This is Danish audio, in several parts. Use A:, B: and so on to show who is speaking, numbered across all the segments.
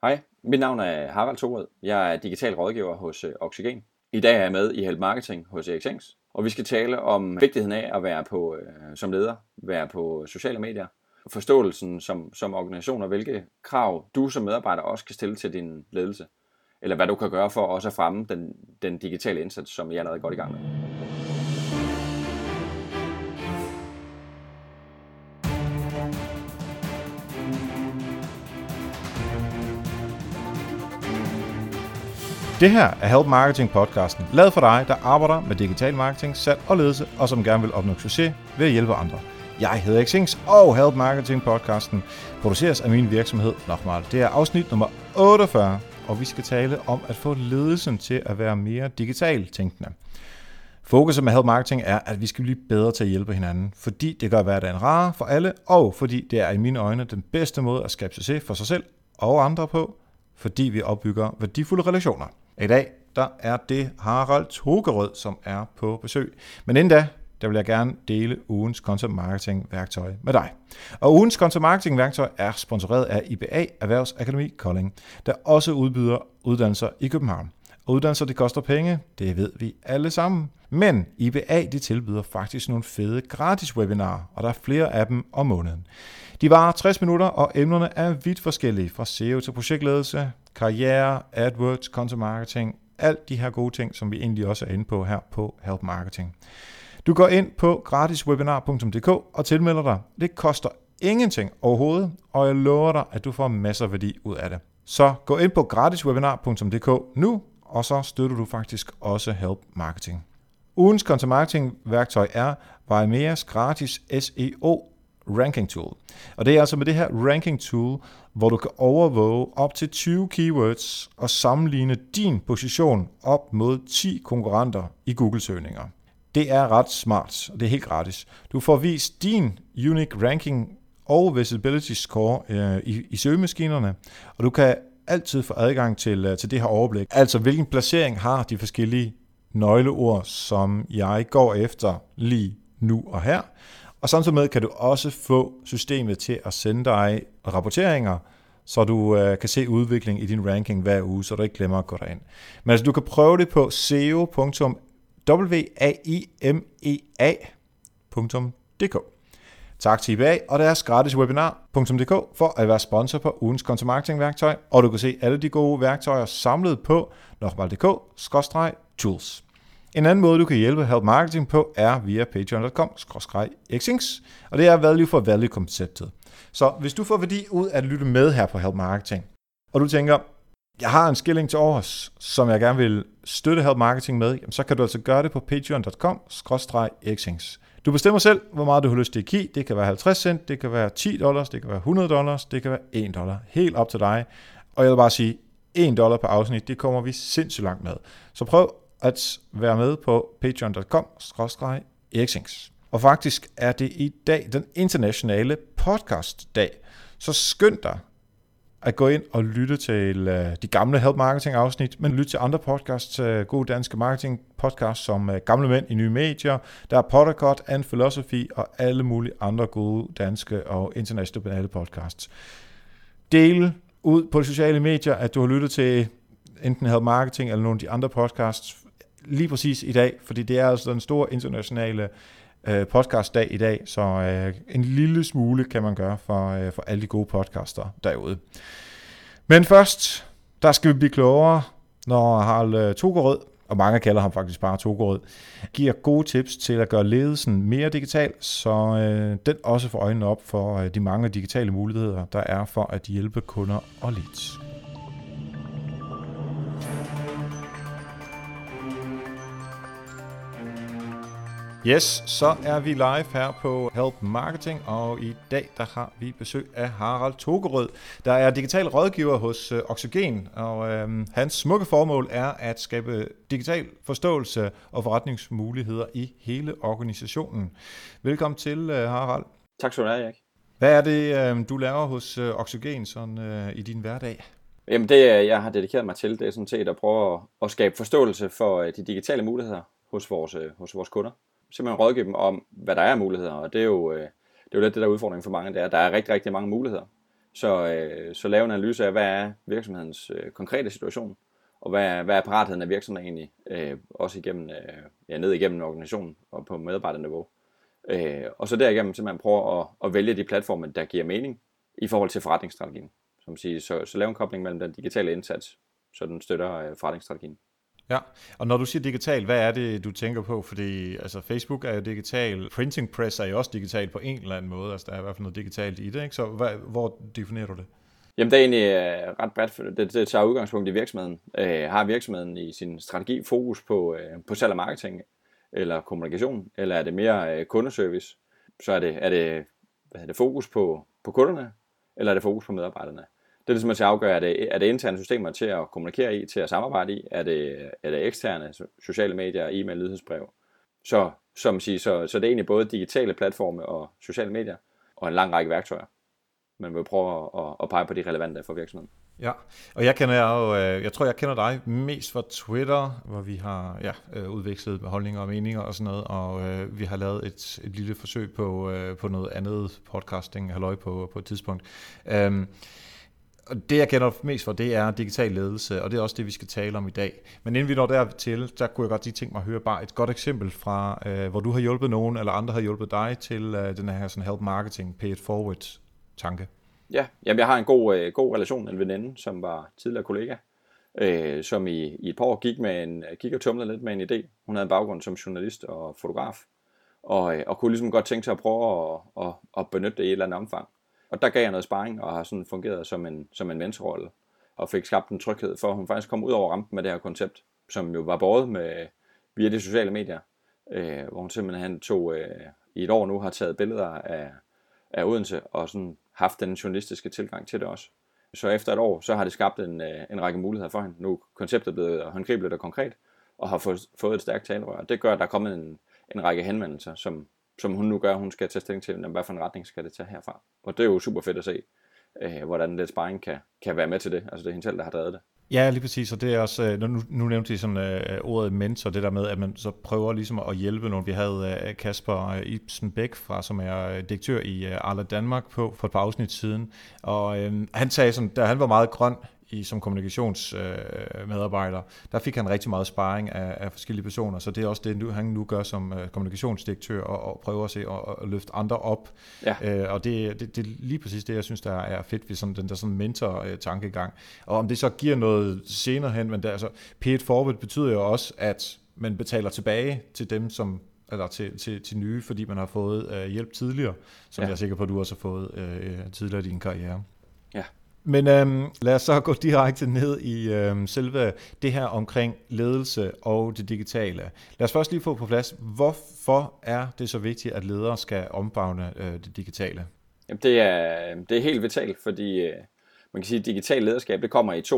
A: Hej, mit navn er Harald Thorud. Jeg er digital rådgiver hos Oxygen. I dag er jeg med i Help Marketing hos Ericsens, og vi skal tale om vigtigheden af at være på som leder, være på sociale medier, forståelsen som organisation og hvilke krav du som medarbejder også kan stille til din ledelse, eller hvad du kan gøre for også at fremme den digitale indsats, som I allerede er godt i gang med.
B: Det her er Help Marketing podcasten, lavet for dig, der arbejder med digital marketing, salg og ledelse, og som gerne vil opnå succes ved at hjælpe andre. Jeg hedder Ericsens, og Help Marketing podcasten produceres af min virksomhed Nochmal. Det er afsnit nummer 48, og vi skal tale om at få ledelsen til at være mere digitalt tænkende. Fokuset med Help Marketing er, at vi skal blive bedre til at hjælpe hinanden, fordi det gør hverdagen rarere for alle, og fordi det er i mine øjne den bedste måde at skabe succes for sig selv og andre på, fordi vi opbygger værdifulde relationer. I dag, der er det Harald Thorud, som er på besøg. Men inden da, der vil jeg gerne dele ugens content marketing værktøj med dig. Og ugens content marketing værktøj er sponsoreret af IBA Erhvervsakademi Kolding, der også udbyder uddannelser i København. Og uddannelser, det koster penge, det ved vi alle sammen. Men IBA, de tilbyder faktisk nogle fede gratis webinarer, og der er flere af dem om måneden. De varer 60 minutter, og emnerne er vidt forskellige, fra SEO til projektledelse, karriere, AdWords, content marketing, alt de her gode ting, som vi egentlig også er inde på her på Help Marketing. Du går ind på gratiswebinar.dk og tilmelder dig. Det koster ingenting overhovedet, og jeg lover dig, at du får masser af værdi ud af det. Så gå ind på gratiswebinar.dk nu, og så støtter du faktisk også Help Marketing. Ugens content marketing værktøj er Vimeas gratis SEO ranking tool. Og det er altså med det her ranking tool, hvor du kan overvåge op til 20 keywords og sammenligne din position op mod 10 konkurrenter i Google-søgninger. Det er ret smart, og det er helt gratis. Du får vist din unique ranking og visibility score i søgemaskinerne, og du kan altid få adgang til det her overblik. Altså hvilken placering har de forskellige nøgleord, som jeg går efter lige nu og her. Og samtidig med kan du også få systemet til at sende dig rapporteringer, så du kan se udvikling i din ranking hver uge, så du ikke glemmer at gå derind. Men altså, du kan prøve det på seo.waimea.dk. Tak til IBA og deres gratiswebinar.dk for at være sponsor på ugens content marketing værktøj, og du kan se alle de gode værktøjer samlet på nochmal.dk/tools. En anden måde, du kan hjælpe Help Marketing på, er via patreon.com/Ericsens, og det er value for value-konceptet. Så hvis du får værdi ud af at lytte med her på Help Marketing, og du tænker, jeg har en skilling til overs, som jeg gerne vil støtte Help Marketing med, så kan du altså gøre det på patreon.com/Ericsens. Du bestemmer selv, hvor meget du har lyst til at give. Det kan være 50 cent, det kan være $10, det kan være $100, det kan være $1. Helt op til dig. Og jeg vil bare sige, $1 per afsnit, det kommer vi sindssygt langt med. Så prøv at være med på patreon.com/Ericsens. Og faktisk er det i dag den internationale podcastdag. Så skynd dig at gå ind og lytte til de gamle Help Marketing afsnit, men lyt til andre podcasts, gode danske marketing podcasts som Gamle Mænd i Nye Medier, der er Pottercut and Philosophy og alle mulige andre gode danske og internationale podcasts. Del ud på de sociale medier, at du har lyttet til enten Help Marketing eller nogle af de andre podcasts lige præcis i dag, fordi det er altså den store internationale podcastdag i dag, så en lille smule kan man gøre for alle de gode podcaster derude. Men først, der skal vi blive klogere, når Harald Thorud, og mange kalder ham faktisk bare Thorud, giver gode tips til at gøre ledelsen mere digital, så den også får øjnene op for de mange digitale muligheder, der er for at hjælpe kunder og leads. Yes, så er vi live her på Help Marketing, og i dag der har vi besøg af Harald Thorud, der er digital rådgiver hos Oxygen, og hans smukke formål er at skabe digital forståelse og forretningsmuligheder i hele organisationen. Velkommen til, Harald.
A: Tak skal du have, Erik.
B: Hvad er det, du laver hos Oxygen sådan, i din hverdag?
A: Jamen det, jeg har dedikeret mig til, det er sådan set at prøve at skabe forståelse for de digitale muligheder hos vores kunder. Simpelthen rådgive dem om, hvad der er muligheder, og det er jo lidt det der udfordring for mange, det er, at der er rigtig, rigtig mange muligheder. Så lave en analyse af, hvad er virksomhedens konkrete situation, og hvad er paratheden af virksomheden egentlig, også igennem, ned igennem organisationen og på medarbejderniveau. Og så derigennem simpelthen prøve at vælge de platforme, der giver mening i forhold til forretningsstrategien. Som siger, så lave en kobling mellem den digitale indsats, så den støtter forretningsstrategien.
B: Ja, og når du siger digital, hvad er det, du tænker på? Fordi altså, Facebook er jo digital, printing press er jo også digital på en eller anden måde, altså der er i hvert fald noget digitalt i det, ikke? Så hvor definerer du det?
A: Jamen det er egentlig ret bredt, det tager udgangspunkt i virksomheden. Har virksomheden i sin strategi fokus på salg og marketing, eller kommunikation, eller er det mere kundeservice? Så er det fokus på kunderne, eller er det fokus på medarbejderne? Det er ligesom at afgøre, er det interne systemer til at kommunikere i, til at samarbejde i? Er det eksterne, sociale medier, e-mail, nyhedsbrev? Så det er egentlig både digitale platforme og sociale medier, og en lang række værktøjer. Man vil prøve at pege på de relevante for virksomheden.
B: Ja, og jeg tror, jeg kender dig mest fra Twitter, hvor vi har udvekslet holdninger og meninger og sådan noget, og vi har lavet et lille forsøg på noget andet podcasting, halløj på et tidspunkt. Og det, jeg kender mest for, det er digital ledelse, og det er også det, vi skal tale om i dag. Men inden vi når dertil, der kunne jeg godt lige tænke mig at høre bare et godt eksempel fra, hvor du har hjulpet nogen, eller andre har hjulpet dig til den her sådan help marketing, pay it forward tanke.
A: Ja, jamen jeg har en god relation med en veninde, som var tidligere kollega, som i et par år gik og tumlede lidt med en idé. Hun havde en baggrund som journalist og fotograf, og kunne ligesom godt tænke sig at prøve at benytte det i et eller andet omfang. Og der gav jeg noget sparring og har sådan fungeret som en mentorrolle, og fik skabt en tryghed for, at hun faktisk kom ud over rampen med det her koncept, som jo var båret via de sociale medier, hvor hun simpelthen i et år nu har taget billeder af Odense og sådan haft den journalistiske tilgang til det også. Så efter et år, så har det skabt en række muligheder for hende. Nu er konceptet blevet håndgribeligt og konkret, og har fået et stærkt talerør. Det gør, at der er kommet en række henvendelser, som hun nu gør, hun skal tage stilling til, hvad for en retning skal det tage herfra. Og det er jo super fedt at se, hvordan lidt sparring kan være med til det. Altså det er hende selv, der har drevet det.
B: Ja, lige præcis, og det er også, nu nævnte I sådan ordet mentor, det der med, at man så prøver ligesom at hjælpe nogen. Vi havde Kasper Ibsen Bæk fra, som er direktør i Arla Danmark på for et par afsnit siden, og han sagde sådan, da han var meget grøn som kommunikationsmedarbejder, der fik han rigtig meget sparring af forskellige personer, så det er også det, han nu gør som kommunikationsdirektør, og prøver at se og løfte andre op. Ja. Og det er lige præcis det, jeg synes, der er fedt ved sådan, den der sådan mentor-tankegang. Og om det så giver noget senere hen, men altså, pay it forward betyder jo også, at man betaler tilbage til dem, eller til nye, fordi man har fået hjælp tidligere, som jeg er sikker på, at du også har fået tidligere i din karriere.
A: Ja.
B: Men lad os så gå direkte ned i selve det her omkring ledelse og det digitale. Lad os først lige få på plads, hvorfor er det så vigtigt, at ledere skal omfavne det digitale?
A: Jamen, det er helt vitalt, fordi man kan sige, at digital lederskab det kommer i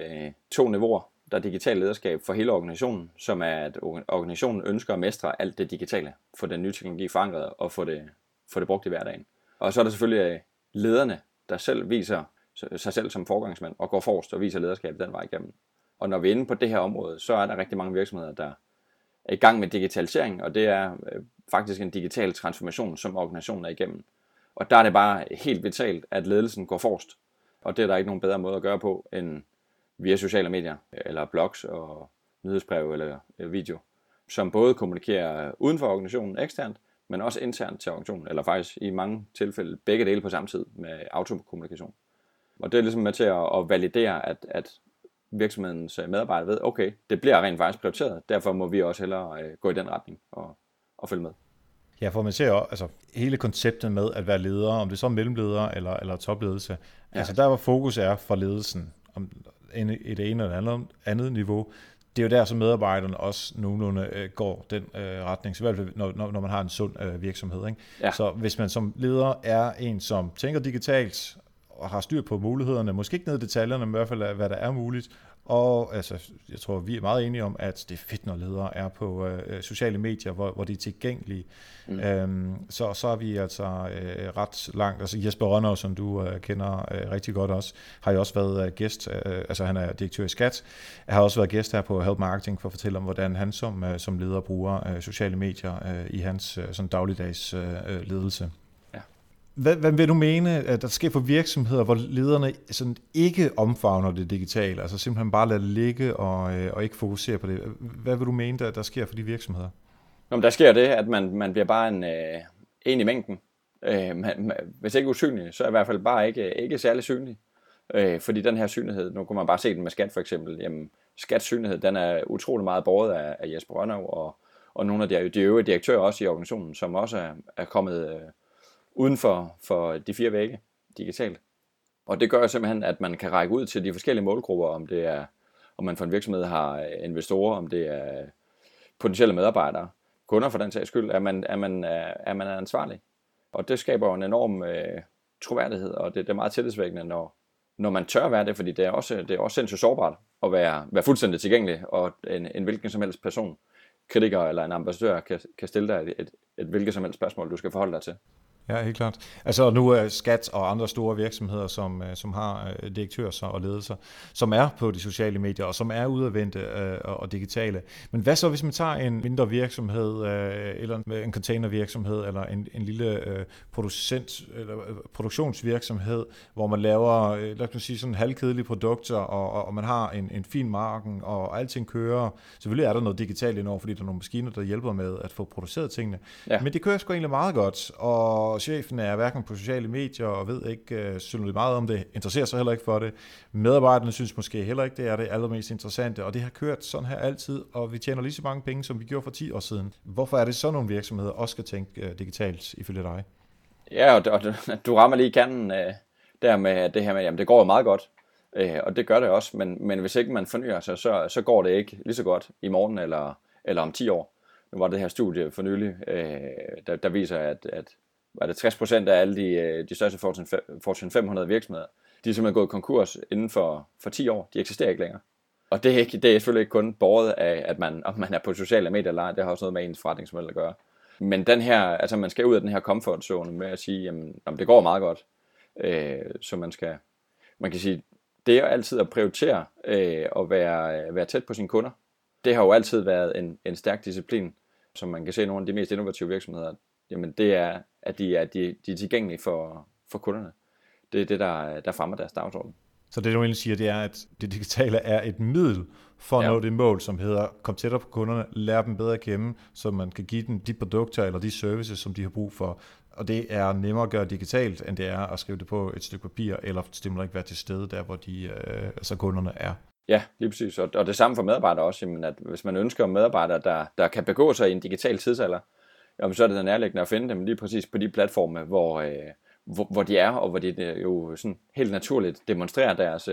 A: to niveauer. Der er digital lederskab for hele organisationen, som er, at organisationen ønsker at mestre alt det digitale, få den nye teknologi forankret og få det brugt i hverdagen. Og så er der selvfølgelig lederne, der selv viser sig selv som forgangsmand og går forrest og viser lederskab den vej igennem. Og når vi er inde på det her område, så er der rigtig mange virksomheder, der er i gang med digitalisering, og det er faktisk en digital transformation, som organisationen er igennem. Og der er det bare helt vitalt, at ledelsen går forrest, og det er der ikke nogen bedre måde at gøre på, end via sociale medier, eller blogs og nyhedsbrev eller video, som både kommunikerer uden for organisationen eksternt, men også internt til organisationen, eller faktisk i mange tilfælde begge dele på samme tid med autokommunikation. Og det er ligesom med til at validere, at virksomhedens medarbejdere ved, okay, det bliver rent faktisk prioriteret, derfor må vi også hellere gå i den retning og følge med.
B: Ja, for man ser jo altså hele konceptet med at være leder, om det så er mellemleder eller topledelse, altså der hvor fokus er for ledelsen, om et ene eller andet niveau, det er jo der, så medarbejderne også nogenlunde går den retning, så i hvert fald når man har en sund virksomhed. Ikke? Ja. Så hvis man som leder er en, som tænker digitalt, og har styr på mulighederne, måske ikke ned i detaljerne, men i hvert fald hvad der er muligt. Og altså, jeg tror, vi er meget enige om, at det er fedt, når ledere er på sociale medier, hvor de er tilgængelige. Så er vi altså ret langt. Altså Jesper Rønner, som du kender rigtig godt også, har jo også været gæst, altså han er direktør i Skat, har også været gæst her på Help Marketing for at fortælle om, hvordan han som leder bruger sociale medier i hans sådan dagligdags ledelse. Hvad vil du mene, at der sker for virksomheder, hvor lederne sådan ikke omfavner det digitale, altså simpelthen bare lader det ligge og ikke fokusere på det? Hvad vil du mene, der sker for de virksomheder?
A: Nå, der sker det, at man bliver bare en i mængden. Hvis ikke usynlig, så er i hvert fald bare ikke særlig synlig. Fordi den her synlighed, nu kunne man bare se den med Skat for eksempel, jamen Skats synlighed, den er utrolig meget båret af Jesper Rønnow og nogle af de øvrige direktører også i organisationen, som også er kommet uden for de 4 vægge digitalt. Og det gør simpelthen, at man kan række ud til de forskellige målgrupper, om man for en virksomhed har investorer, om det er potentielle medarbejdere, kunder for den sags skyld, er man ansvarlig. Og det skaber jo en enorm troværdighed, og det er meget tillidsvækkende, når man tør være det, fordi det er også sindssygt sårbart at være fuldstændig tilgængelig, og en hvilken som helst person, kritiker eller en ambassadør, kan stille dig et hvilket som helst spørgsmål, du skal forholde dig til.
B: Ja, helt klart. Altså nu er Skat og andre store virksomheder, som har direktører og ledelser, som er på de sociale medier, og som er udadvendte og digitale. Men hvad så, hvis man tager en mindre virksomhed, eller en containervirksomhed, eller en lille produktionsvirksomhed, hvor man laver, lad os sige, sådan halvkedelige produkter, og man har en fin marken, og alting kører. Selvfølgelig er der noget digitalt indover, fordi der er nogle maskiner, der hjælper med at få produceret tingene. Ja. Men det kører sgu egentlig meget godt, og chefen er hverken på sociale medier og ved ikke synligt meget om det, interesserer sig heller ikke for det. Medarbejderne synes måske heller ikke, det er det allermest interessante, og det har kørt sådan her altid, og vi tjener lige så mange penge, som vi gjorde for 10 år siden. Hvorfor er det så nogle virksomheder også skal tænke digitalt ifølge dig?
A: Ja, og du rammer lige kernen der med det her med, jamen det går jo meget godt, og det gør det også, men hvis ikke man fornyer sig, så går det ikke lige så godt i morgen eller om 10 år. Nu var det her studie for nylig, der viser, at var det 60% af alle de største Fortune 500 virksomheder, de er simpelthen gået konkurs inden for 10 år. De eksisterer ikke længere. Og det er selvfølgelig ikke kun båret af, om man er på sociale medier eller ej. Det har også noget med ens forretningsmodel at gøre. Men den her, altså man skal ud af den her comfort zone med at sige, jamen det går meget godt. Så man kan sige, det er altid at prioritere og være tæt på sine kunder. Det har jo altid været en stærk disciplin, som man kan se nogle af de mest innovative virksomheder. Jamen det er, at de er tilgængelige for kunderne. Det er det, der fremmer deres dagsorden.
B: Så det du egentlig siger, det er, at det digitale er et middel for at nå det mål, som hedder, kom tættere på kunderne, lær dem bedre at kende, så man kan give dem de produkter eller de services, som de har brug for. Og det er nemmere at gøre digitalt, end det er at skrive det på et stykke papir, eller simpelthen ikke være til stede der, hvor altså kunderne er.
A: Ja, lige præcis. Og det samme for medarbejdere også, jamen, at hvis man ønsker medarbejdere, der kan begå sig i en digital tidsalder, jamen, så er det nærliggende at finde dem lige præcis på de platforme, hvor de er, og hvor de jo sådan helt naturligt demonstrerer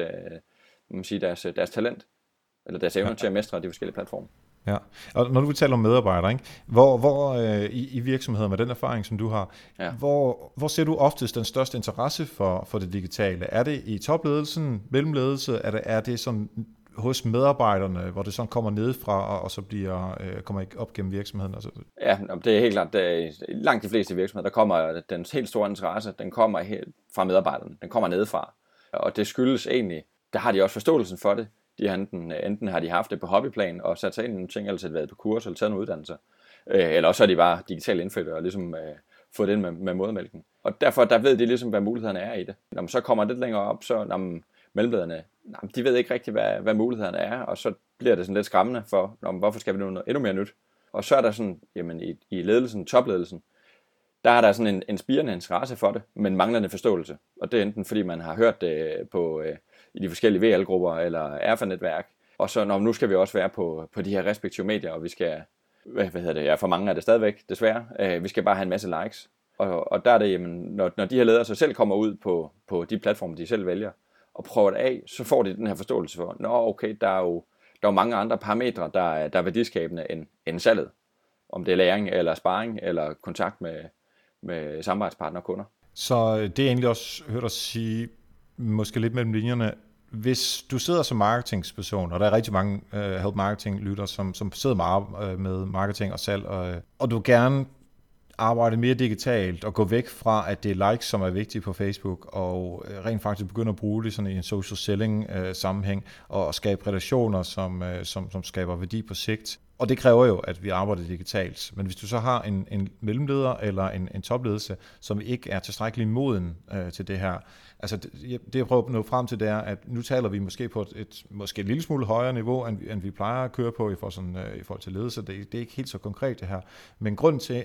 A: deres talent, eller deres evne til at mestre de forskellige platforme.
B: Ja, og når du taler om medarbejdere, ikke? Hvor i virksomheder med den erfaring, som du har, hvor ser du oftest den største interesse for det digitale? Er det i topledelsen, mellemledelse, er det sådan hos medarbejderne, hvor det sådan kommer nedefra, og så kommer ikke op gennem virksomheden? Altså.
A: Ja, det er helt klart. Langt de fleste virksomheder, der kommer den helt store interesse, den kommer helt fra medarbejderne. Den kommer nedefra. Og det skyldes egentlig, der har de også forståelsen for det. De har enten har de haft det på hobbyplan og sat sig ind i nogle ting, eller været på kurs eller taget nogle uddannelser. Eller også er de bare digitalt indfødte og ligesom fået det ind med modermælken. Og derfor der ved de ligesom, hvad mulighederne er i det. Når man så kommer lidt længere op, så mellemlederne, de ved ikke rigtig, hvad mulighederne er, og så bliver det sådan lidt skræmmende for, hvorfor skal vi nu noget endnu mere nyt? Og så er der sådan, jamen i ledelsen, topledelsen, der er der sådan en spirende interesse for det, men manglende forståelse. Og det er enten fordi man har hørt det i de forskellige VL-grupper eller erfanetværk, og så nu skal vi også være på de her respektive medier, og vi skal, for mange er det stadigvæk, desværre, vi skal bare have en masse likes. Og der er det, jamen, når de her ledere så selv kommer ud på de platforme, de selv vælger, og prøver det af, så får de den her forståelse for, okay, der er jo mange andre parametre, der er værdiskabende end salget. Om det er læring, eller sparring, eller kontakt med samarbejdspartnere og kunder. Så
B: det er egentlig også hørt at sige, måske lidt mellem linjerne, hvis du sidder som marketingsperson, og der er rigtig mange Help Marketing-lytter, som sidder meget med marketing og salg, og du gerne arbejde mere digitalt og gå væk fra, at det er likes, som er vigtige på Facebook, og rent faktisk begynde at bruge det sådan i en social selling sammenhæng, og skabe relationer, som skaber værdi på sigt. Og det kræver jo, at vi arbejder digitalt. Men hvis du så har en mellemleder eller en topledelse, som ikke er tilstrækkelig moden til det her, altså det jeg prøver at nå frem til, det er, at nu taler vi måske på et lille smule højere niveau, end vi plejer at køre på i forhold til ledelse. Det er ikke helt så konkret det her. Men grunden til,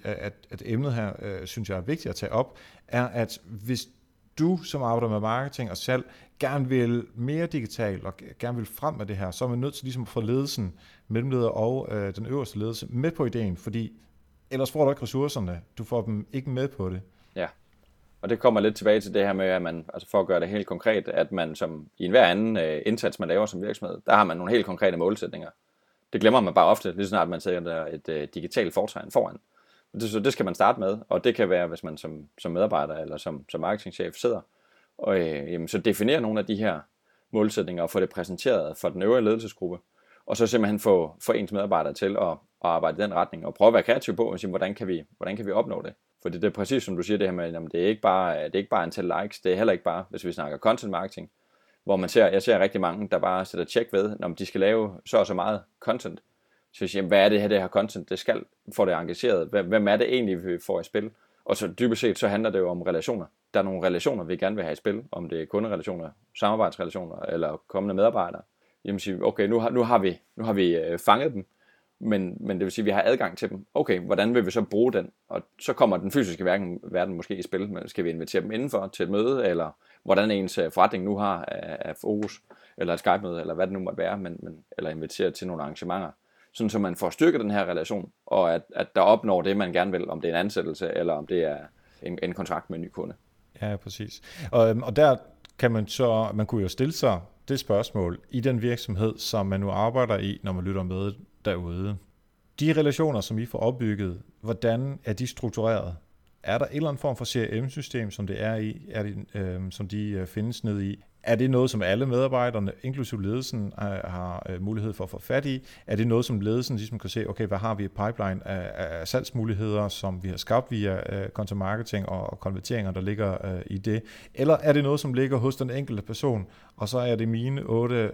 B: at emnet her, synes jeg er vigtigt at tage op, er, at hvis du, som arbejder med marketing og salg, gerne vil mere digitalt og gerne vil frem med det her, så er man nødt til ligesom at få ledelsen, mellemleder og den øverste ledelse med på ideen, fordi ellers får du ikke ressourcerne. Du får dem ikke med på det.
A: Ja, og det kommer lidt tilbage til det her med, at man, altså for at gøre det helt konkret, at man som i enhver anden indsats, man laver som virksomhed, der har man nogle helt konkrete målsætninger. Det glemmer man bare ofte, lige snart man sætter et digitalt fortegn foran. Så det skal man starte med, og det kan være, hvis man som medarbejder eller som marketingchef sidder, og så definerer nogle af de her målsætninger og få det præsenteret for den øvrige ledelsesgruppe, og så simpelthen få ens medarbejdere til at arbejde i den retning, og prøve at være kreativ på, og sige, hvordan kan vi opnå det? For det er præcis som du siger det her med, det er ikke bare antal likes, det er heller ikke bare, hvis vi snakker content marketing, hvor jeg ser rigtig mange, der bare sætter tjek ved, når de skal lave så og så meget content. Så jeg siger, hvad er det her content, det skal få det engageret? Hvem er det egentlig, vi får i spil? Og så dybest set, så handler det jo om relationer. Der er nogle relationer, vi gerne vil have i spil, om det er kunderelationer, samarbejdsrelationer eller kommende medarbejdere. Jamen sige, okay, nu har vi fanget dem, men det vil sige, at vi har adgang til dem. Okay, hvordan vil vi så bruge den? Og så kommer den fysiske verden måske i spil. Men skal vi invitere dem indenfor til et møde, eller hvordan ens forretning nu har af fokus, eller et Skype-møde, eller hvad det nu måtte være, eller invitere til nogle arrangementer. Sådan så man får styrket den her relation, og at der opnår det, man gerne vil, om det er en ansættelse, eller om det er en kontrakt med en ny kunde.
B: Ja, præcis. Og der kan man kunne jo stille sig det spørgsmål i den virksomhed, som man nu arbejder i, når man lytter med derude. De relationer, som I får opbygget, hvordan er de struktureret? Er der en eller anden form for CRM-system, som det er i, som de findes ned i? Er det noget, som alle medarbejderne, inklusive ledelsen, har mulighed for at få fat i? Er det noget, som ledelsen ligesom kan se, okay, hvad har vi i pipeline af salgsmuligheder, som vi har skabt via content marketing og konverteringer, der ligger i det? Eller er det noget, som ligger hos den enkelte person, og så er det mine 8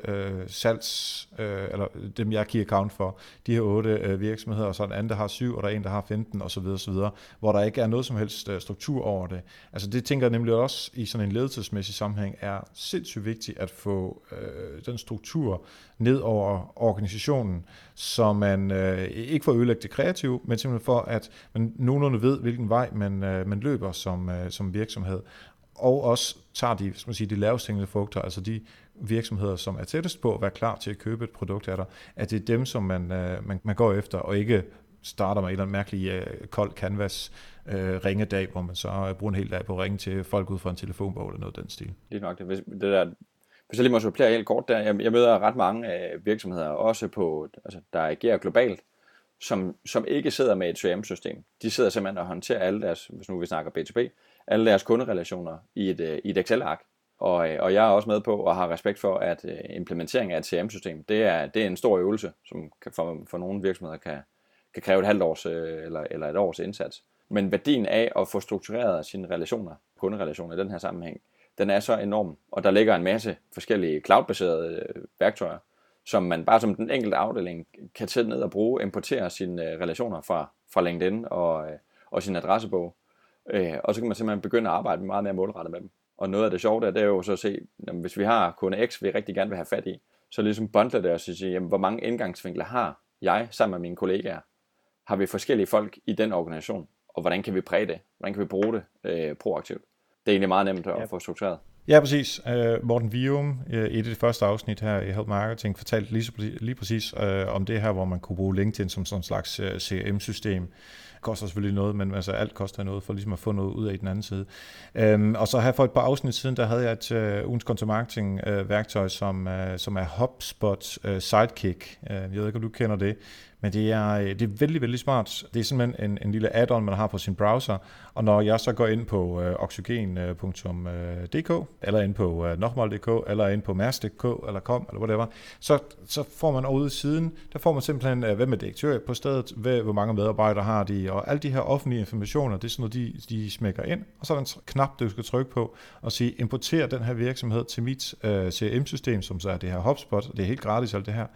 B: eller dem jeg key account for, de her 8 virksomheder, og så en anden, der har 7, og der er en, der har 15, osv., hvor der ikke er noget som helst struktur over det. Altså det tænker jeg nemlig også i sådan en ledelsesmæssig sammenhæng er sindssygt vigtigt at få den struktur ned over organisationen, så man ikke får ødelagt det kreative, men simpelthen for, at man nogenlunde ved, hvilken vej man løber som virksomhed. Og også tager de lavest hængende frugter, altså de virksomheder, som er tættest på at være klar til at købe et produkt af dig, at det er dem, som man går efter, og ikke starter med en eller anden mærkelig kold canvas ringedag, hvor man så bruger en hel dag på at ringe til folk ud fra en telefonbog eller noget af den stil.
A: Lige nok det. Hvis jeg lige må supplere helt kort der, jeg møder ret mange virksomheder, også der agerer globalt, som ikke sidder med et CRM-system. De sidder simpelthen og håndterer alle deres, hvis nu vi snakker B2B, alle deres kunderelationer i et Excel-ark. Og jeg er også med på og har respekt for, at implementering af et CRM-system, det er en stor øvelse, som for nogle virksomheder kan kræve et halvt års eller et års indsats. Men værdien af at få struktureret sine relationer, kunderelationer i den her sammenhæng, den er så enorm, og der ligger en masse forskellige cloud-baserede værktøjer, som man bare som den enkelte afdeling kan tage ned og bruge, importere sine relationer fra LinkedIn og sin adressebog, og så kan man simpelthen begynde at arbejde meget mere målrettet med dem. Og noget af det sjove det er jo så at se, jamen, hvis vi har kunde X, vi rigtig gerne vil have fat i, så ligesom bundle det og sige, jamen, hvor mange indgangsvinkler har jeg sammen med mine kollegaer? Har vi forskellige folk i den organisation? Og hvordan kan vi præge det? Hvordan kan vi bruge det proaktivt? Det er egentlig meget nemt at få struktureret.
B: Ja, præcis. Morten Vium, i det første afsnit her i Help Marketing, fortalte lige præcis om det her, hvor man kunne bruge LinkedIn som sådan en slags CRM-system. Det koster selvfølgelig noget, men altså alt koster noget for ligesom at få noget ud af den anden side. Og så her for et par afsnit siden, der havde jeg et ugens content marketing værktøj, som er HubSpot Sidekick. Jeg ved ikke, om du kender det, men det er vældig, vældig smart. Det er simpelthen en lille add-on, man har på sin browser, og når jeg så går ind på oxygen.dk, eller ind på nokmal.dk, eller ind på mærsk.dk, eller kom, eller whatever, så får man ude i siden, der får man simpelthen, hvem er direktør på stedet, hvor mange medarbejdere har de, og alle de her offentlige informationer, det er sådan noget, de smækker ind, og så er der en knap, du skal trykke på, og sige, importer den her virksomhed til mit CRM-system, som så er det her HubSpot, og det er helt gratis alt det her.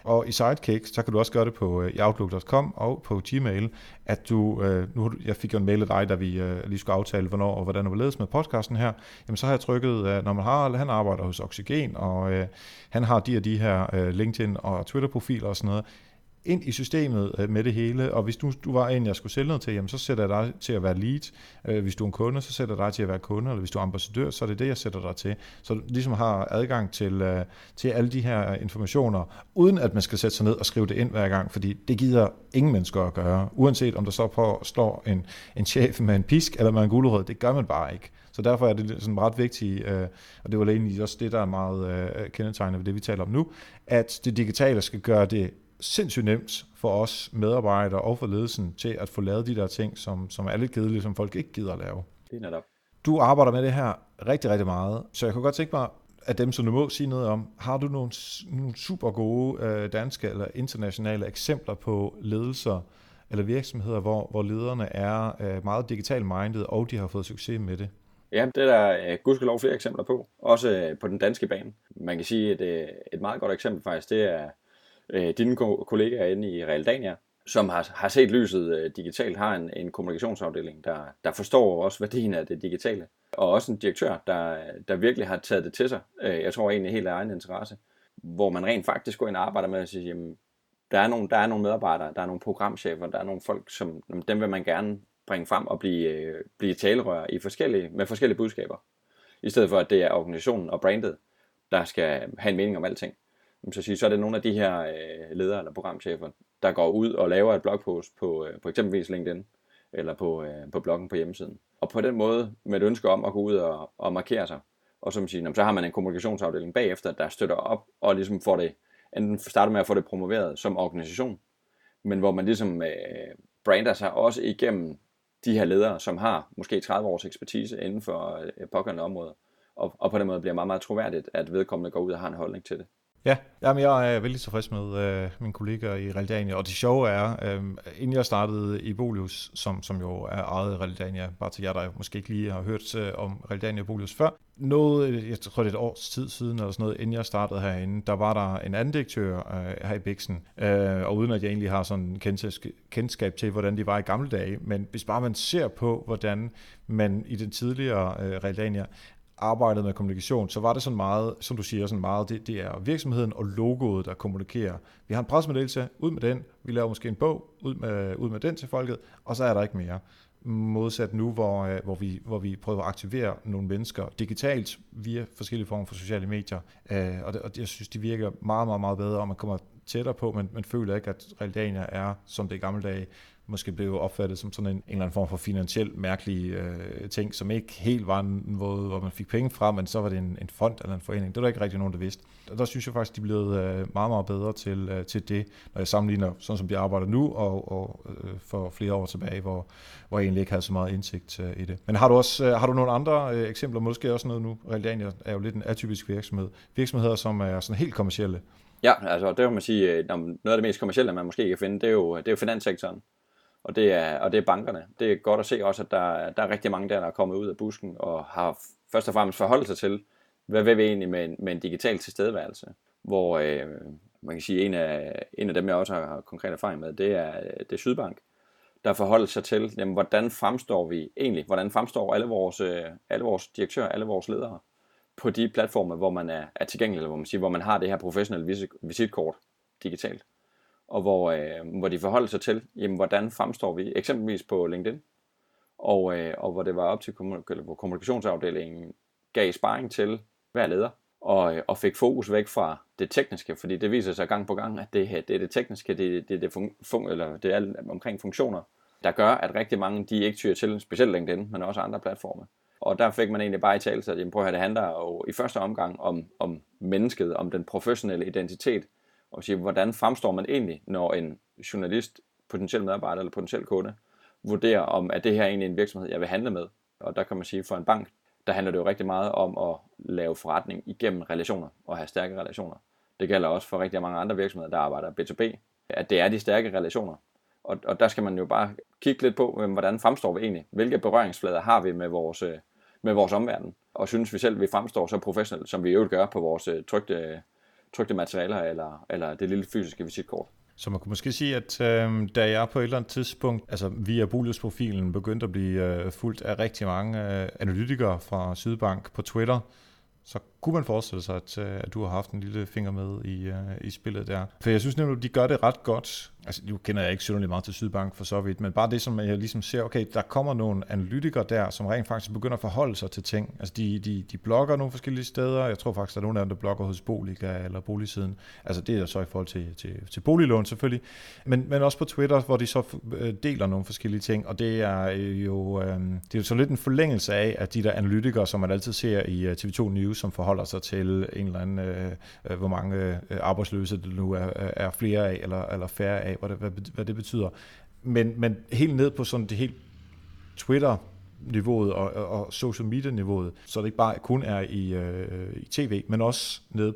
B: Og i Sidekick, så kan du også gøre det på i Outlook.com og på Gmail, at du, jeg fik jo en mail af dig, da vi lige skulle aftale, hvornår og hvordan det var ledes med podcasten her, jamen så har jeg trykket, når han arbejder hos Oxygen, og han har de her LinkedIn og Twitter-profiler og sådan noget, ind i systemet med det hele, og hvis du var en, jeg skulle sælge noget til, jamen, så sætter jeg dig til at være lead. Hvis du er en kunde, så sætter jeg dig til at være kunde, eller hvis du er ambassadør, så er det det, jeg sætter dig til. Så du ligesom har adgang til alle de her informationer, uden at man skal sætte sig ned og skrive det ind hver gang, fordi det gider ingen mennesker at gøre, uanset om der så står en chef med en pisk eller med en gulerod, det gør man bare ikke. Så derfor er det sådan ret vigtigt, og det var egentlig også det, der er meget kendetegnende ved det, vi taler om nu, at det digitale skal gøre det sindssygt nemt for os medarbejdere og for ledelsen til at få lavet de der ting, som er lidt kedelige, som folk ikke gider at lave.
A: Det er netop.
B: Du arbejder med det her rigtig, rigtig meget, så jeg kunne godt tænke mig, at dem, som du må sige noget om, har du nogle super gode danske eller internationale eksempler på ledelser eller virksomheder, hvor lederne er meget digital minded, og de har fået succes med det?
A: Ja, det er der gudskelov flere eksempler på, også på den danske bane. Man kan sige, at et meget godt eksempel faktisk, det er dine kollegaer inde i Realdania, som har set lyset digitalt, har en kommunikationsafdeling, der forstår også værdien af det digitale. Og også en direktør, der virkelig har taget det til sig. Jeg tror egentlig helt af egen interesse. Hvor man rent faktisk går ind og arbejder med at sige, jamen, der er nogle medarbejdere, der er nogle programchefer, der er nogle folk, som dem vil man gerne bringe frem og blive talerør med forskellige budskaber. I stedet for, at det er organisationen og brandet, der skal have en mening om alting. Så er det nogle af de her ledere eller programchefer, der går ud og laver et blogpost på eksempelvis LinkedIn eller på bloggen på hjemmesiden. Og på den måde med et ønske om at gå ud og markere sig. Og som siger, så har man en kommunikationsafdeling bagefter, der støtter op og ligesom får det, enten starter med at få det promoveret som organisation, men hvor man ligesom brander sig også igennem de her ledere, som har måske 30 års ekspertise inden for pågående område. Og på den måde bliver meget, meget troværdigt, at vedkommende går ud og har en holdning til det.
B: Ja, jamen jeg er vældig tilfreds med mine kollegaer i Realdania, og det sjove er, inden jeg startede i Bolius, som jo er ejet i Realdania, bare til jer, der måske ikke lige har hørt om Realdania og Bolius før, jeg tror det er et års tid siden, eller sådan noget, inden jeg startede herinde, der var der en anden direktør her i Biksen, og uden at jeg egentlig har sådan kendskab til, hvordan de var i gamle dage, men hvis bare man ser på, hvordan man i den tidligere Realdania arbejdet med kommunikation, så var det sådan meget, som du siger, sådan meget, det er virksomheden og logoet, der kommunikerer. Vi har en pressemeddelelse, ud med den, vi laver måske en bog, ud med den til folket, og så er der ikke mere. Modsat nu, hvor vi prøver at aktivere nogle mennesker digitalt via forskellige former for sociale medier, og jeg synes, de virker meget, meget, meget bedre, og man kommer tættere på, men man føler ikke, at Realdania er, som det i gamle dage, måske blev opfattet som sådan en eller anden form for finansiel mærkelig ting, som ikke helt var en måde, hvor man fik penge fra, men så var det en fond eller en forening. Det var der ikke rigtig nogen, der vidste. Og der synes jeg faktisk, de er blevet meget, meget bedre til det, når jeg sammenligner sådan, som de arbejder nu, og for flere år tilbage, hvor jeg egentlig ikke havde så meget indsigt i det. Men har du nogle andre eksempler, måske også noget nu? Realdania er jo lidt en atypisk virksomhed. Virksomheder, som er sådan helt kommercielle.
A: Ja, altså det vil man sige, noget af det mest kommercielle, man måske kan finde, det er jo finanssektoren. Og det er bankerne. Det er godt at se også, at der er rigtig mange der er kommet ud af busken og har først og fremmest forholdt sig til, hvad vil vi egentlig med en digital tilstedeværelse. Hvor man kan sige, en af dem, jeg også har konkret erfaring med, det er Sydbank, der forholder sig til, jamen, hvordan fremstår vi egentlig, hvordan fremstår alle vores direktører, alle vores ledere på de platforme, hvor man er tilgængelig, eller hvor man har det her professionelle visitkort digitalt. Og hvor de forholder sig til, jamen, hvordan fremstår vi eksempelvis på LinkedIn, og hvor det var op til kommunikationsafdelingen gav sparring til hver leder, og fik fokus væk fra det tekniske, fordi det viser sig gang på gang, at det er det tekniske, det er alt omkring funktioner, der gør, at rigtig mange de ikke tyrer til, specielt LinkedIn, men også andre platforme. Og der fik man egentlig bare i tale til, at prøv at høre, det handler jo i første omgang om mennesket, om den professionelle identitet, og sige, hvordan fremstår man egentlig, når en journalist, potentiel medarbejder eller potentiel kunde, vurderer om, at det her er egentlig en virksomhed, jeg vil handle med. Og der kan man sige, for en bank, der handler det jo rigtig meget om at lave forretning igennem relationer og have stærke relationer. Det gælder også for rigtig mange andre virksomheder, der arbejder B2B, at det er de stærke relationer. Og der skal man jo bare kigge lidt på, hvordan fremstår vi egentlig? Hvilke berøringsflader har vi med vores omverden? Og synes vi selv, vi fremstår så professionelt, som vi i øvrigt gør på vores trykte materialer eller det lille fysiske visitkort.
B: Så man kunne måske sige, at da jeg på et eller andet tidspunkt, altså via Boligers-profilen, begyndte at blive fulgt af rigtig mange analytikere fra Sydbank på Twitter, så kunne man forestille sig, at du har haft en lille finger med i spillet der. For jeg synes nemlig, at de gør det ret godt. Altså, nu kender jeg ikke synderligt meget til Sydbank for så vidt, men bare det, som jeg ligesom ser, okay, der kommer nogle analytikere der, som rent faktisk begynder at forholde sig til ting. Altså, de blogger nogle forskellige steder. Jeg tror faktisk, der er nogle af dem, der blogger hos Boliga eller Boligsiden. Altså, det er så i forhold til boliglån selvfølgelig. Men også på Twitter, hvor de så deler nogle forskellige ting. Og det er jo det er så lidt en forlængelse af, at de der analytikere, som man altid ser i TV2 News, som forholder sig til en eller anden, hvor mange arbejdsløse det nu er flere af, eller færre af, hvad det betyder. Men helt ned på sådan det helt Twitter-niveauet og social media-niveauet, så det ikke bare kun er i tv, men også nede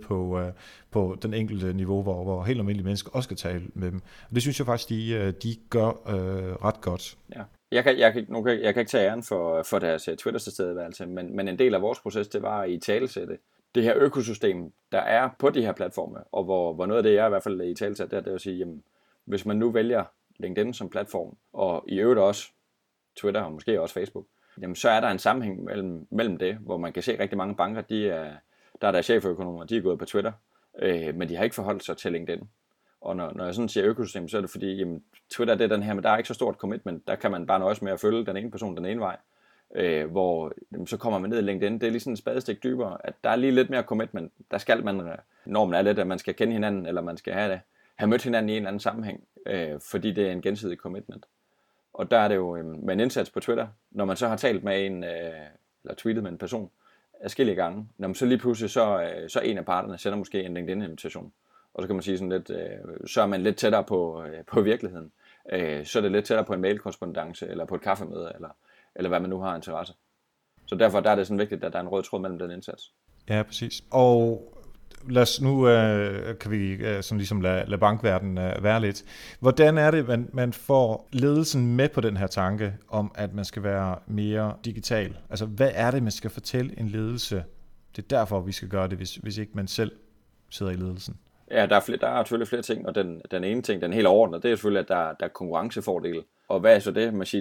B: på den enkelte niveau, hvor helt almindelige mennesker også skal tale med dem. Og det synes jeg faktisk, de gør ret godt.
A: Ja. Jeg kan ikke tage æren for deres Twitter-tilstedeværelse, men en del af vores proces, det var at italesætte det her økosystem, der er på de her platforme, og hvor noget af det, jeg i hvert fald i italesætte, det er at sige, jamen, hvis man nu vælger LinkedIn som platform, og i øvrigt også Twitter og måske også Facebook, jamen, så er der en sammenhæng mellem det, hvor man kan se rigtig mange banker, der er cheføkonomer, de er gået på Twitter, men de har ikke forholdt sig til LinkedIn. Og når jeg sådan siger økosystem, så er det fordi, jamen, Twitter det er den her, men der er ikke så stort commitment, der kan man bare nøjes med at følge den ene person den ene vej, hvor jamen, så kommer man ned i LinkedIn, det er lige sådan et spadestik dybere, at der er lige lidt mere commitment, der skal man, normen er lidt, at man skal kende hinanden, eller man skal have mødt hinanden i en eller anden sammenhæng, fordi det er en gensidig commitment. Og der er det jo med en indsats på Twitter, når man så har talt med en, eller tweetet med en person adskillige gange, så lige pludselig så en af parterne sender måske en LinkedIn-invitation. Og så kan man sige sådan lidt, så er man lidt tættere på virkeligheden. Så er det lidt tættere på en mailkorrespondance, eller på et kaffemøde, eller hvad man nu har interesse. Så derfor der er det sådan vigtigt, at der er en rød tråd mellem den indsats.
B: Ja, præcis. Og nu kan vi sådan ligesom lade bankverdenen være lidt. Hvordan er det, man får ledelsen med på den her tanke om, at man skal være mere digital? Altså, hvad er det, man skal fortælle en ledelse? Det er derfor, vi skal gøre det, hvis ikke man selv sidder i ledelsen. Ja,
A: der er selvfølgelig flere ting, og den ene ting, den helt overordnede, det er selvfølgelig, at der er konkurrencefordele. Og hvad er så det? Man siger,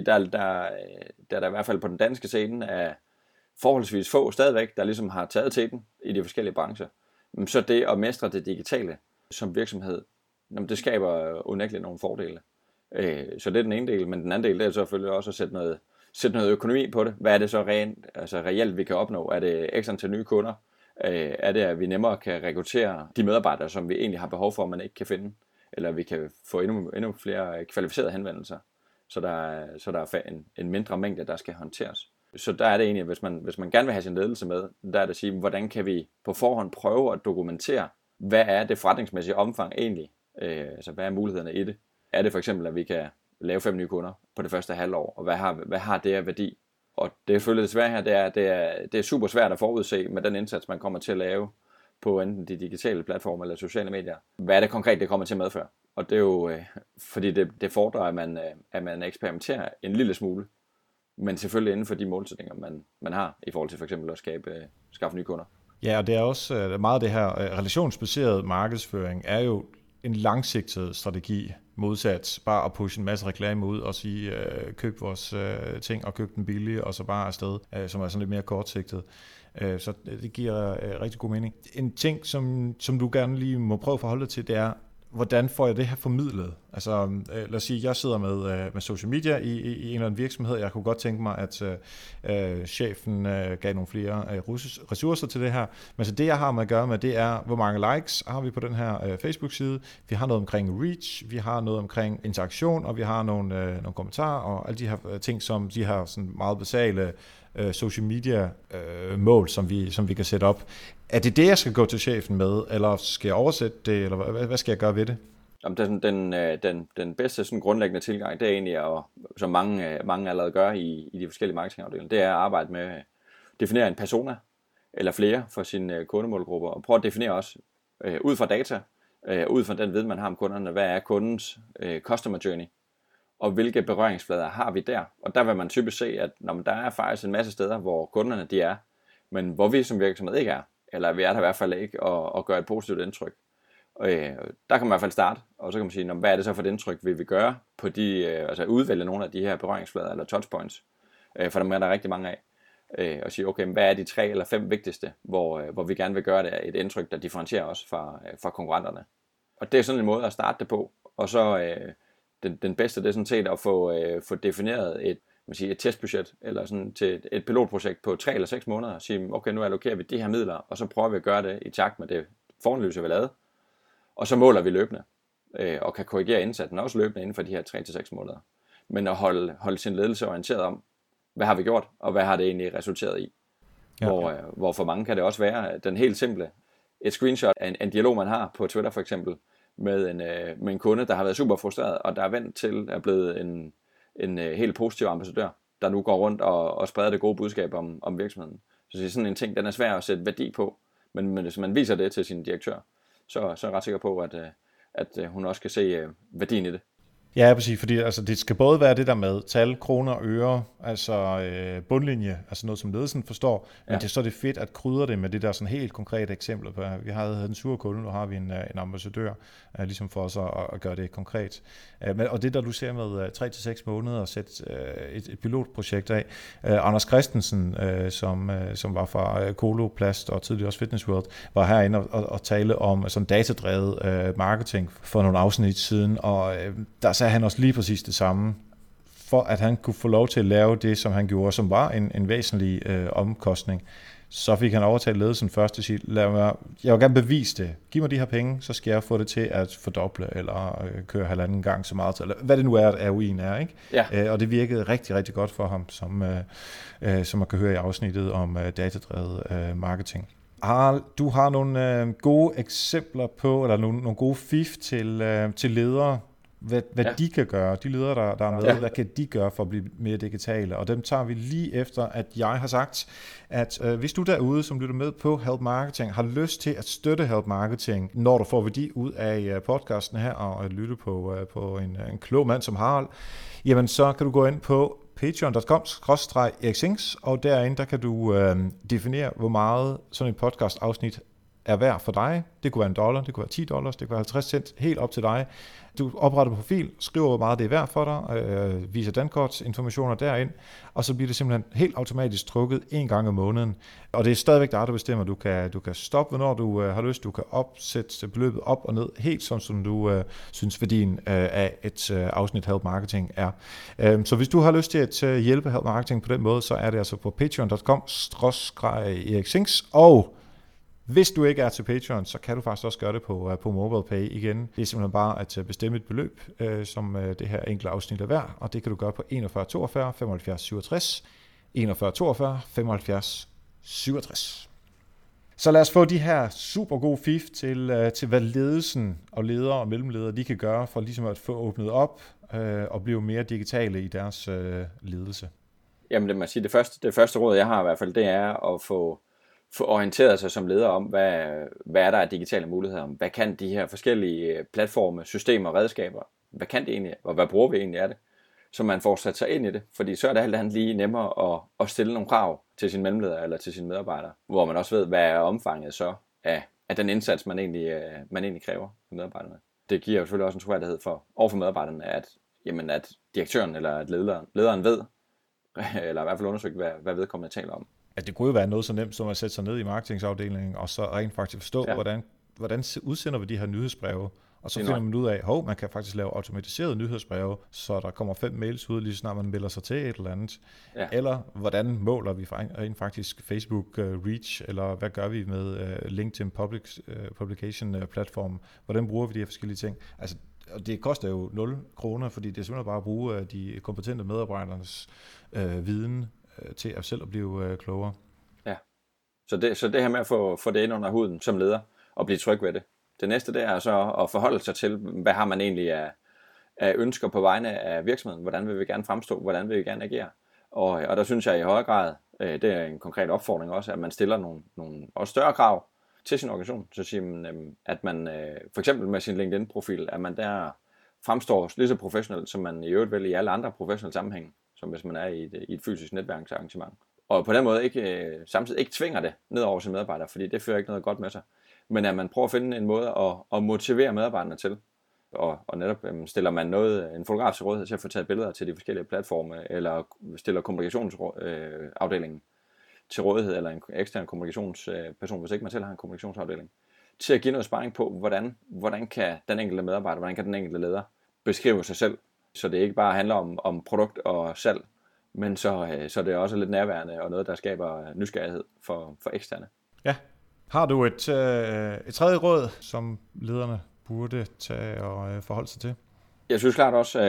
A: der i hvert fald på den danske scene er forholdsvis få stadigvæk, der ligesom har taget teten i de forskellige brancher. Så det at mestre det digitale som virksomhed, det skaber unægteligt nogle fordele. Så det er den ene del, men den anden del det er selvfølgelig også at sætte noget økonomi på det. Hvad er det så reelt, vi kan opnå? Er det ekstra til nye kunder? Er det, at vi nemmere kan rekruttere de medarbejdere, som vi egentlig har behov for, man ikke kan finde? Eller vi kan få endnu flere kvalificerede henvendelser, så der er en mindre mængde, der skal håndteres. Så der er det egentlig, hvis man gerne vil have sin ledelse med, der er det at sige, hvordan kan vi på forhånd prøve at dokumentere, hvad er det forretningsmæssige omfang egentlig? Altså hvad er mulighederne i det? Er det for eksempel, at vi kan lave 5 nye kunder på det første halvår, og hvad har det af værdi? Og det er selvfølgelig det svære her, det er super svært at forudse med den indsats, man kommer til at lave på enten de digitale platforme eller sociale medier. Hvad er det konkret, det kommer til at medføre? Og det er jo, fordi det fordrer, at man eksperimenterer en lille smule, men selvfølgelig inden for de målsætninger, man har, i forhold til for eksempel at skaffe nye kunder.
B: Ja, og det er også meget af det her relationsbaseret markedsføring, er jo en langsigtet strategi, modsat bare at pushe en masse reklame ud og sige, køb vores ting og køb den billige, og så bare afsted, som er sådan lidt mere kortsigtet. Så det giver rigtig god mening. En ting, som du gerne lige må prøve at forholde dig til, det er, hvordan får jeg det her formidlet? Altså, lad os sige, jeg sidder med social media i en eller anden virksomhed. Jeg kunne godt tænke mig, at chefen gav nogle flere ressourcer til det her. Men så det, jeg har med at gøre med, det er, hvor mange likes har vi på den her Facebook-side. Vi har noget omkring reach, vi har noget omkring interaktion, og vi har nogle kommentarer, og alle de her ting, som de her sådan meget basale social media mål, som vi kan sætte op. Er det, jeg skal gå til chefen med, eller skal jeg oversætte det, eller hvad skal jeg gøre ved det?
A: Den bedste sådan grundlæggende tilgang, det er egentlig, som mange allerede gør i de forskellige marketingafdelinger, det er at arbejde med at definere en persona, eller flere for sine kundemålgrupper, og prøve at definere også ud fra data, ud fra den viden, man har om kunderne, hvad er kundens customer journey, og hvilke berøringsflader har vi der. Og der vil man typisk se, at der er faktisk en masse steder, hvor kunderne de er, men hvor vi som virksomhed ikke er, eller vi er der i hvert fald ikke, og gøre et positivt indtryk. Der kan man i hvert fald starte, og så kan man sige, hvad er det så for et indtryk, vi vil gøre på de, altså udvælge nogle af de her berøringsflader eller touchpoints, for dem er der rigtig mange af, og sige, okay, hvad er de 3 eller 5 vigtigste, hvor vi gerne vil gøre det et indtryk, der differentierer os fra konkurrenterne. Og det er sådan en måde at starte det på, og så den bedste, det er sådan set at få defineret et testbudget, eller sådan til et pilotprojekt på 3 eller 6 måneder, og sige, okay, nu allokerer vi de her midler, og så prøver vi at gøre det i takt med det foranalyse, vi lavede, og så måler vi løbende, og kan korrigere indsatsen også løbende inden for de her 3 til 6 måneder. Men at holde sin ledelse orienteret om, hvad har vi gjort, og hvad har det egentlig resulteret i. Ja. Hvor for mange kan det også være den helt simple, et screenshot af en dialog, man har på Twitter for eksempel, med en kunde, der har været super frustreret, og der er vendt til at blive en helt positiv ambassadør, der nu går rundt og spreder det gode budskab om virksomheden. Så det er sådan en ting, den er svær at sætte værdi på, men hvis man viser det til sin direktør, så er jeg ret sikker på, at hun også kan se værdien i det.
B: Ja, præcis, fordi altså, det skal både være det der med tal, kroner og øre, altså bundlinje, altså noget som ledelsen forstår, men så er det fedt at krydre det med det der sådan helt konkrete eksempler på. Vi havde en sur kunde, nu har vi en ambassadør, ligesom for os at gøre det konkret. Og det der du ser med 3 til 6 måneder at sætte et pilotprojekt af. Anders Christensen, som var fra Coloplast og tidligere også Fitness World, var herinde og tale om sådan datadrevet marketing for nogle afsnit siden, og der sagde han også lige præcis det samme, for at han kunne få lov til at lave det, som han gjorde, som var en væsentlig omkostning. Så fik han overtalt ledelsen først til at sige, jeg vil gerne bevise det. Giv mig de her penge, så skal jeg få det til at fordoble, eller køre 1,5 gang så meget til, eller hvad det nu er, at ROI'en er, ikke? Ja. Og det virkede rigtig, rigtig godt for ham, som man kan høre i afsnittet om datadrevet marketing. Du har nogle gode eksempler på, eller nogle gode fif til ledere, hvad de kan gøre, de ledere, der er med, hvad kan de gøre for at blive mere digitale, og dem tager vi lige efter, at jeg har sagt, at hvis du derude, som lytter med på Help Marketing, har lyst til at støtte Help Marketing, når du får værdi ud af podcasten her, og lytte på en klog mand som Harald, jamen så kan du gå ind på patreon.com/eriksings, og derinde, der kan du definere, hvor meget sådan et podcast-afsnit er værd for dig. Det kunne være $1, det kunne være $10, det kunne være 50 cent, helt op til dig. Du opretter profil, skriver, hvor meget det er værd for dig, viser dankortsinformationer derind, og så bliver det simpelthen helt automatisk trukket 1 gang om måneden. Og det er stadigvæk dig, der bestemmer. Du kan stoppe, hvornår du har lyst. Du kan opsætte beløbet op og ned, helt som du synes værdien af et afsnit Help Marketing er. Så hvis du har lyst til at hjælpe Help Marketing på den måde, så er det altså på patreon.com/eriksings, og hvis du ikke er til Patreon, så kan du faktisk også gøre det på MobilePay igen. Det er simpelthen bare at bestemme et beløb, som det her enkelte afsnit er værd, og det kan du gøre på 41 42 75 67, 41 42 75 67. Så lad os få de her super gode fif til hvad ledelsen og ledere og mellemledere de kan gøre for ligesom at få åbnet op og blive mere digitale i deres ledelse.
A: Jamen det må jeg sige, det første råd jeg har i hvert fald, det er at få orienteret sig som leder om, hvad er der af digitale muligheder, hvad kan de her forskellige platforme, systemer og redskaber, hvad kan det egentlig, og hvad bruger vi egentlig af det, så man får sat sig ind i det, fordi så er det alt andet lige nemmere at stille nogle krav til sin mellemleder eller til sine medarbejdere, hvor man også ved, hvad er omfanget så af den indsats, man egentlig kræver af medarbejderne. Det giver jo selvfølgelig også en troværdighed overfor medarbejderne, at direktøren eller at lederen ved, eller i hvert fald undersøgt, hvad vedkommende taler om.
B: At det kunne jo være noget så nemt som at sætte sig ned i marketingsafdelingen og så rent faktisk forstå, hvordan udsender vi de her nyhedsbreve, og så finder man ud af, man kan faktisk lave automatiserede nyhedsbreve, så der kommer 5 mails ud, lige snart man melder sig til et eller andet. Ja. Eller hvordan måler vi rent faktisk Facebook reach, eller hvad gør vi med LinkedIn Publication platform, hvordan bruger vi de her forskellige ting. Altså, og det koster jo 0 kroner, fordi det er simpelthen bare at bruge de kompetente medarbejdernes viden til at selv at blive klogere. Ja,
A: så det her med at få det ind under huden som leder og blive tryg ved det. Det næste det er så at forholde sig til, hvad har man egentlig af ønsker på vegne af virksomheden, hvordan vil vi gerne fremstå, hvordan vil vi gerne agere. Og der synes jeg i højere grad, det er en konkret opfordring også, at man stiller nogle også større krav til sin organisation. Så siger man, at man for eksempel med sin LinkedIn-profil, at man der fremstår lige så professionelt, som man i øvrigt vil i alle andre professionelle sammenhænge, som hvis man er i et fysisk netværksarrangement. Og på den måde samtidig ikke tvinger det ned over sine medarbejdere, fordi det fører ikke noget godt med sig. men at man prøver at finde en måde at motivere medarbejderne til. Og netop stiller man en fotograf til rådighed til at få taget billeder til de forskellige platforme, eller stiller kommunikationsafdelingen til rådighed, eller en ekstern kommunikationsperson, hvis ikke man selv har en kommunikationsafdeling, til at give noget sparring på, hvordan kan den enkelte medarbejder, hvordan kan den enkelte leder beskrive sig selv, så det ikke bare handler om produkt og salg, men så det er også lidt nærværende og noget, der skaber nysgerrighed for eksterne. Ja.
B: Har du et tredje råd, som lederne burde tage og forholde sig til?
A: Jeg synes klart også,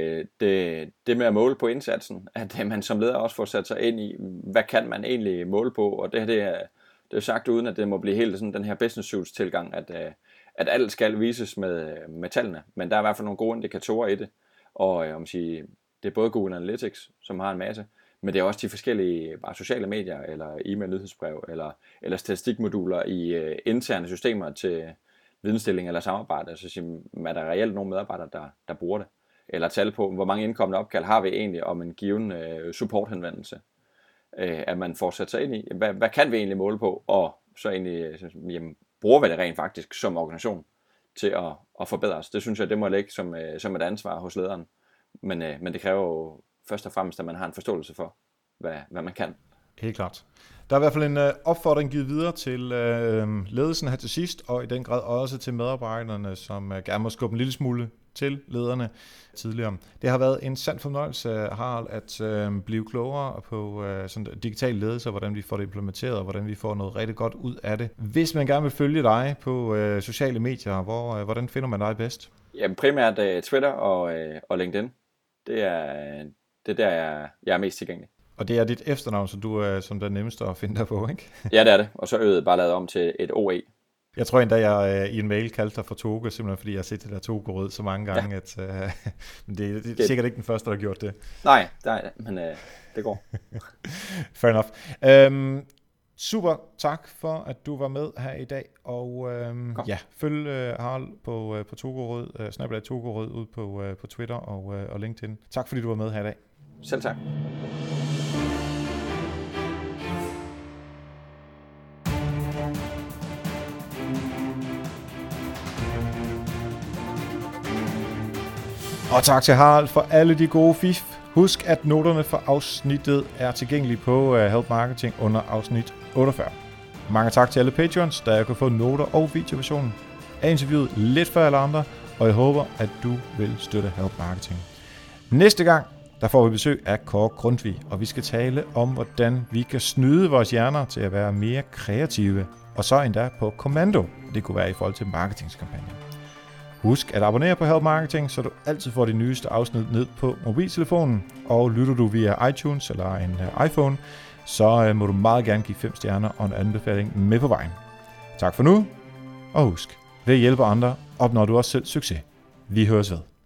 A: det med at måle på indsatsen, at man som leder også får sat sig ind i, hvad kan man egentlig måle på, og det er sagt uden, at det må blive helt sådan den her business suits tilgang, at alt skal vises med tallene, men der er i hvert fald nogle gode indikatorer i det, og det er både Google Analytics, som har en masse, men det er også de forskellige bare sociale medier, eller e-mail nyhedsbrev, eller statistikmoduler i interne systemer til vidensdeling eller samarbejde, så er der reelt nogle medarbejdere, der bruger det. Eller tal på, hvor mange indkommende opkald har vi egentlig om en given supporthenvendelse. At man får sat sig ind i, hvad kan vi egentlig måle på, og så egentlig bruger vi det rent faktisk som organisation til at forbedre os. Det synes jeg, det må ligge som et ansvar hos lederen. Men det kræver jo først og fremmest, at man har en forståelse for, hvad man kan.
B: Helt klart. Der er i hvert fald en opfordring givet videre til ledelsen her til sidst, og i den grad også til medarbejderne, som gerne må skubbe en lille smule til lederne tidligere. Det har været en sand fornøjelse, Harald, at blive klogere på sådan digital ledelse, hvordan vi får det implementeret, og hvordan vi får noget rigtig godt ud af det. Hvis man gerne vil følge dig på sociale medier, hvordan finder man dig bedst?
A: Jamen primært Twitter og LinkedIn. Det er der, jeg er mest tilgængelig.
B: Og det er dit efternavn, så du er som den nemmeste at finde dig på, ikke?
A: Ja, det er det. Og så øget bare lavet om til et OE.
B: Jeg tror endda, jeg i en mail kaldte dig for Toge, simpelthen fordi jeg har set det der Toge-rød så mange gange, at men det er sikkert ikke den første, der har gjort det.
A: Nej, men det går.
B: Fair enough. Super, tak for, at du var med her i dag, og følg Harald på Toge-rød, Snapchat Toge-rød ud på Twitter og LinkedIn. Tak fordi du var med her i dag.
A: Selv tak.
B: Og tak til Harald for alle de gode fif. Husk, at noterne for afsnittet er tilgængelige på Help Marketing under afsnit 48. Mange tak til alle patrons, der jeg kan få noter og videoversionen af interviewet lidt før alle andre, og jeg håber, at du vil støtte Help Marketing. Næste gang, der får vi besøg af Kåre Grundtvig, og vi skal tale om, hvordan vi kan snyde vores hjerner til at være mere kreative, og så endda på kommando. Det kunne være i forhold til marketingskampagner. Husk at abonnere på Help Marketing, så du altid får de nyeste afsnit ned på mobiltelefonen, og lytter du via iTunes eller en iPhone, så må du meget gerne give 5 stjerner og en anbefaling med på vejen. Tak for nu, og husk, ved at hjælpe andre opnår du også selv succes. Vi høres ved.